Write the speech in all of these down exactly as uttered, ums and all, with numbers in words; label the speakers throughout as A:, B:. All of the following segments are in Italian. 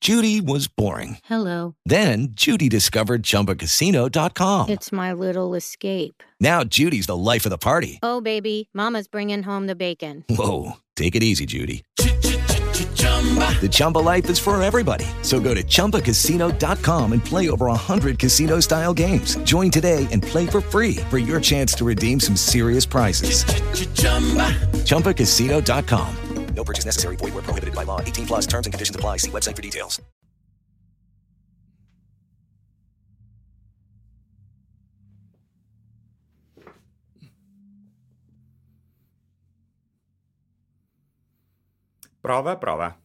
A: Judy was boring.
B: Hello.
A: Then Judy discovered Chumba Casino dot com.
B: It's my little escape.
A: Now Judy's the life of the party.
B: Oh, baby, mama's bringing home the bacon.
A: Whoa, take it easy, Judy. The Chumba life is for everybody. So go to Chumba Casino dot com and play over one hundred casino-style games. Join today and play for free for your chance to redeem some serious prizes. Chumba Casino dot com. No purchase necessary. Void where prohibited by law. eighteen plus terms and conditions apply. See website for details.
C: Prova, prova.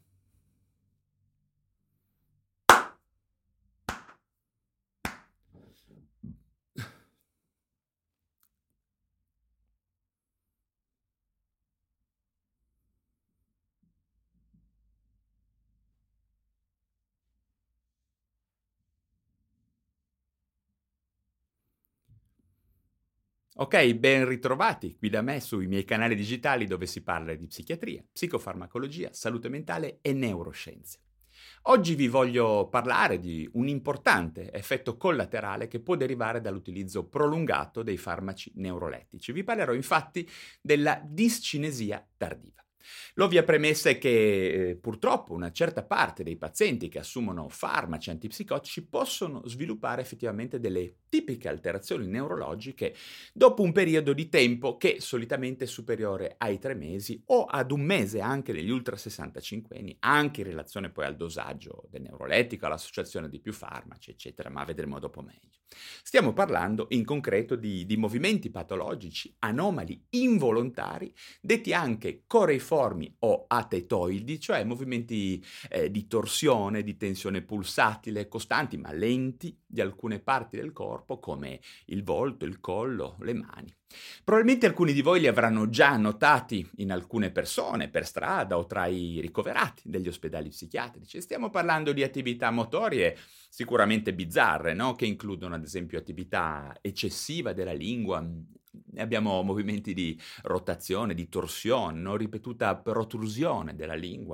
C: Ok, ben ritrovati qui da me sui miei canali digitali dove si parla di psichiatria, psicofarmacologia, salute mentale e neuroscienze. Oggi vi voglio parlare di un importante effetto collaterale che può derivare dall'utilizzo prolungato dei farmaci neurolettici. Vi parlerò infatti della discinesia tardiva. L'ovvia premessa è che eh, purtroppo una certa parte dei pazienti che assumono farmaci antipsicotici possono sviluppare effettivamente delle tipiche alterazioni neurologiche dopo un periodo di tempo che solitamente è superiore ai tre mesi o ad un mese anche negli ultra sessantacinquenni, anche in relazione poi al dosaggio del neurolettico, all'associazione di più farmaci, eccetera, ma vedremo dopo meglio. Stiamo parlando in concreto di, di movimenti patologici anomali involontari, detti anche coreiformi o atetoidi, cioè movimenti eh, di torsione, di tensione pulsatile costanti ma lenti di alcune parti del corpo come il volto, il collo, le mani. Probabilmente alcuni di voi li avranno già notati in alcune persone per strada o tra i ricoverati degli ospedali psichiatrici. Stiamo parlando di attività motorie sicuramente bizzarre, no? Che includono ad esempio attività eccessiva della lingua. Abbiamo movimenti di rotazione, di torsione, no? Ripetuta protrusione della lingua.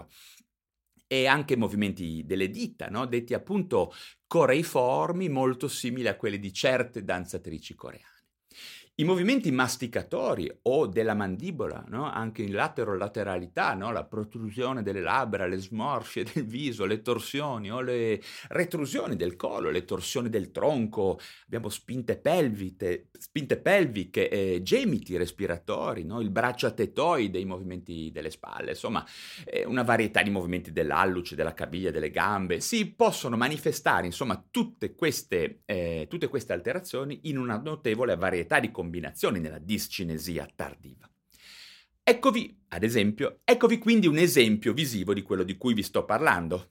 C: E anche movimenti delle dita, no? Detti appunto coreiformi, molto simili a quelli di certe danzatrici coreane. I movimenti masticatori o della mandibola, no? Anche in laterolateralità, no? La protrusione delle labbra, le smorfie del viso, le torsioni o le retrusioni del collo, le torsioni del tronco, abbiamo spinte pelviche, spinte pelviche eh, gemiti respiratori, no? Il braccio atetoide, i movimenti delle spalle, insomma eh, una varietà di movimenti dell'alluce, della caviglia, delle gambe. Si possono manifestare insomma tutte queste, eh, tutte queste alterazioni in una notevole varietà di combinazioni combinazioni nella discinesia tardiva. Eccovi, ad esempio, eccovi quindi un esempio visivo di quello di cui vi sto parlando.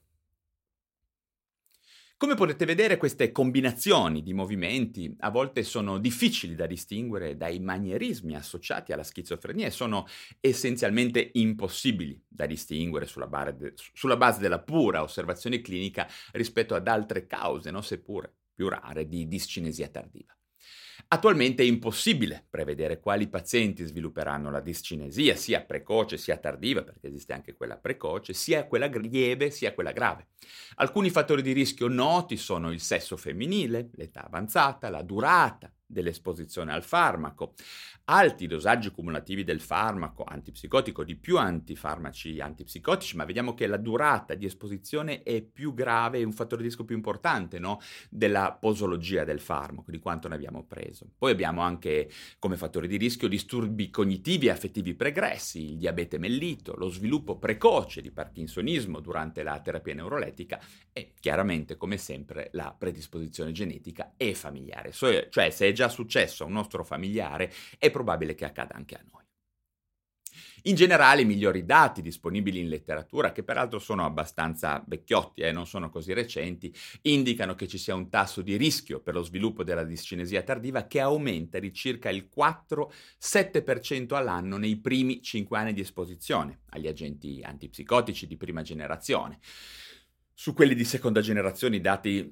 C: Come potete vedere, queste combinazioni di movimenti a volte sono difficili da distinguere dai manierismi associati alla schizofrenia e sono essenzialmente impossibili da distinguere sulla base, sulla base della pura osservazione clinica rispetto ad altre cause, no? Seppure più rare, di discinesia tardiva. Attualmente è impossibile prevedere quali pazienti svilupperanno la discinesia, sia precoce sia tardiva, perché esiste anche quella precoce, sia quella lieve sia quella grave. Alcuni fattori di rischio noti sono il sesso femminile, l'età avanzata, la durata dell'esposizione al farmaco, alti dosaggi cumulativi del farmaco antipsicotico, di più antifarmaci antipsicotici, ma vediamo che la durata di esposizione è più grave, è un fattore di rischio più importante, no? Della posologia del farmaco, di quanto ne abbiamo preso. Poi abbiamo anche come fattori di rischio disturbi cognitivi e affettivi pregressi, il diabete mellito, lo sviluppo precoce di parkinsonismo durante la terapia neurolettica e chiaramente, come sempre, la predisposizione genetica e familiare. Cioè, se è già successo a un nostro familiare, è probabile che accada anche a noi. In generale, i migliori dati disponibili in letteratura, che peraltro sono abbastanza vecchiotti e eh, non sono così recenti, indicano che ci sia un tasso di rischio per lo sviluppo della discinesia tardiva che aumenta di circa il quattro sette per cento all'anno nei primi cinque anni di esposizione agli agenti antipsicotici di prima generazione. Su quelli di seconda generazione i dati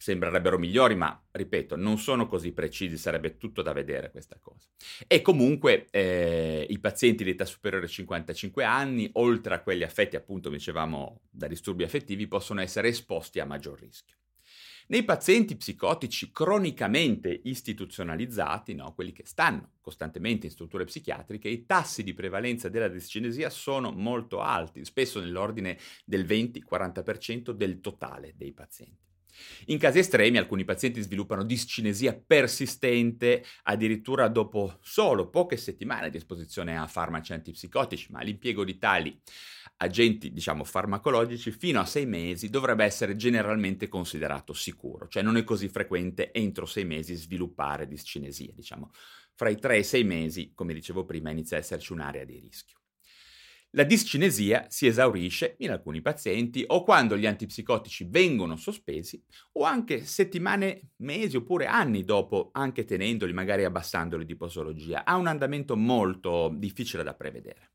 C: sembrerebbero migliori, ma ripeto, non sono così precisi, sarebbe tutto da vedere questa cosa. E comunque eh, i pazienti di età superiore ai cinquantacinque anni, oltre a quelli affetti appunto, dicevamo, da disturbi affettivi, possono essere esposti a maggior rischio. Nei pazienti psicotici cronicamente istituzionalizzati, no, quelli che stanno costantemente in strutture psichiatriche, i tassi di prevalenza della discinesia sono molto alti, spesso nell'ordine del venti-quaranta per cento del totale dei pazienti. In casi estremi alcuni pazienti sviluppano discinesia persistente addirittura dopo solo poche settimane di esposizione a farmaci antipsicotici, ma l'impiego di tali agenti, diciamo, farmacologici fino a sei mesi dovrebbe essere generalmente considerato sicuro, cioè non è così frequente entro sei mesi sviluppare discinesia, diciamo. Fra i tre e i sei mesi, come dicevo prima, inizia a esserci un'area di rischio. La discinesia si esaurisce in alcuni pazienti o quando gli antipsicotici vengono sospesi o anche settimane, mesi oppure anni dopo, anche tenendoli, magari abbassandoli di posologia. Ha un andamento molto difficile da prevedere.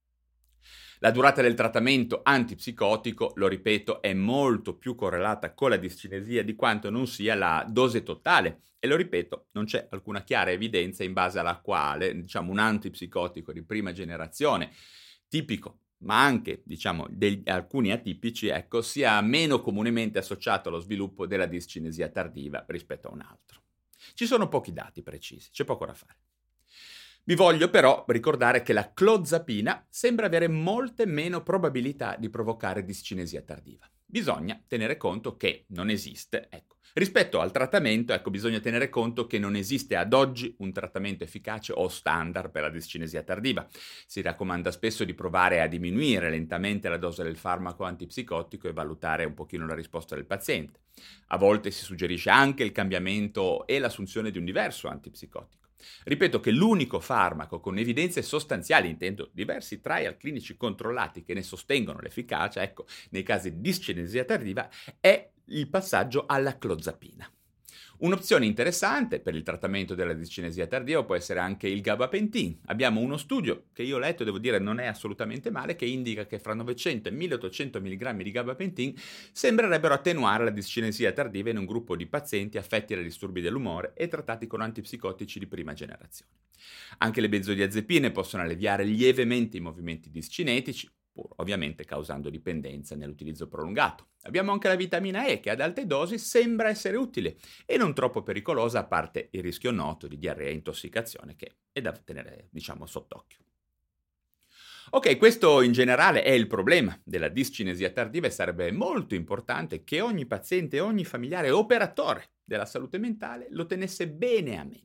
C: La durata del trattamento antipsicotico, lo ripeto, è molto più correlata con la discinesia di quanto non sia la dose totale. E lo ripeto, non c'è alcuna chiara evidenza in base alla quale, diciamo, un antipsicotico di prima generazione tipico, ma anche, diciamo, degli, alcuni atipici, ecco, sia meno comunemente associato allo sviluppo della discinesia tardiva rispetto a un altro. Ci sono pochi dati precisi, c'è poco da fare. Vi voglio però ricordare che la clozapina sembra avere molte meno probabilità di provocare discinesia tardiva. Bisogna tenere conto che non esiste, ecco, rispetto al trattamento, ecco, bisogna tenere conto che non esiste ad oggi un trattamento efficace o standard per la discinesia tardiva. Si raccomanda spesso di provare a diminuire lentamente la dose del farmaco antipsicotico e valutare un pochino la risposta del paziente. A volte si suggerisce anche il cambiamento e l'assunzione di un diverso antipsicotico. Ripeto che l'unico farmaco con evidenze sostanziali, intendo diversi trial clinici controllati che ne sostengono l'efficacia, ecco, nei casi di discinesia tardiva, è il passaggio alla clozapina. Un'opzione interessante per il trattamento della discinesia tardiva può essere anche il gabapentin. Abbiamo uno studio che io ho letto e devo dire non è assolutamente male, che indica che fra novecento e milleottocento milligrammi di gabapentin sembrerebbero attenuare la discinesia tardiva in un gruppo di pazienti affetti da disturbi dell'umore e trattati con antipsicotici di prima generazione. Anche le benzodiazepine possono alleviare lievemente i movimenti discinetici, pur ovviamente causando dipendenza nell'utilizzo prolungato. Abbiamo anche la vitamina E che ad alte dosi sembra essere utile e non troppo pericolosa, a parte il rischio noto di diarrea e intossicazione che è da tenere, diciamo, sott'occhio. Ok, questo in generale è il problema della discinesia tardiva e sarebbe molto importante che ogni paziente, ogni familiare operatore della salute mentale lo tenesse bene a mente.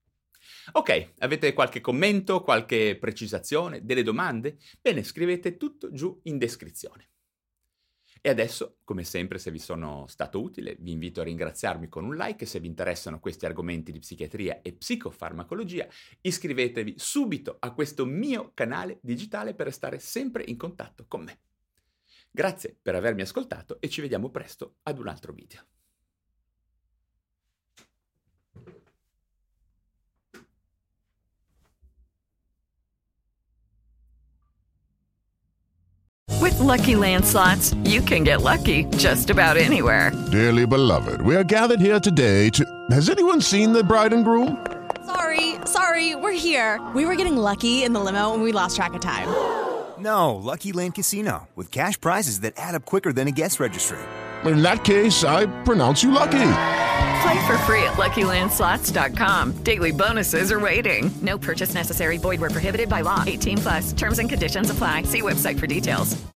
C: Ok, avete qualche commento, qualche precisazione, delle domande? Bene, scrivete tutto giù in descrizione. E adesso, come sempre, se vi sono stato utile, vi invito a ringraziarmi con un like e se vi interessano questi argomenti di psichiatria e psicofarmacologia, iscrivetevi subito a questo mio canale digitale per restare sempre in contatto con me. Grazie per avermi ascoltato e ci vediamo presto ad un altro video.
D: With Lucky Land Slots, you can get lucky just about anywhere.
E: Dearly beloved, we are gathered here today to... Has anyone seen the bride and groom?
F: Sorry, sorry, we're here. We were getting lucky in the limo and we lost track of time.
G: No, Lucky Land Casino, with cash prizes that add up quicker than a guest registry.
E: In that case, I pronounce you lucky.
D: Play for free at Lucky Land Slots dot com. Daily bonuses are waiting. No purchase necessary. Void where prohibited by law. eighteen plus. Terms and conditions apply. See website for details.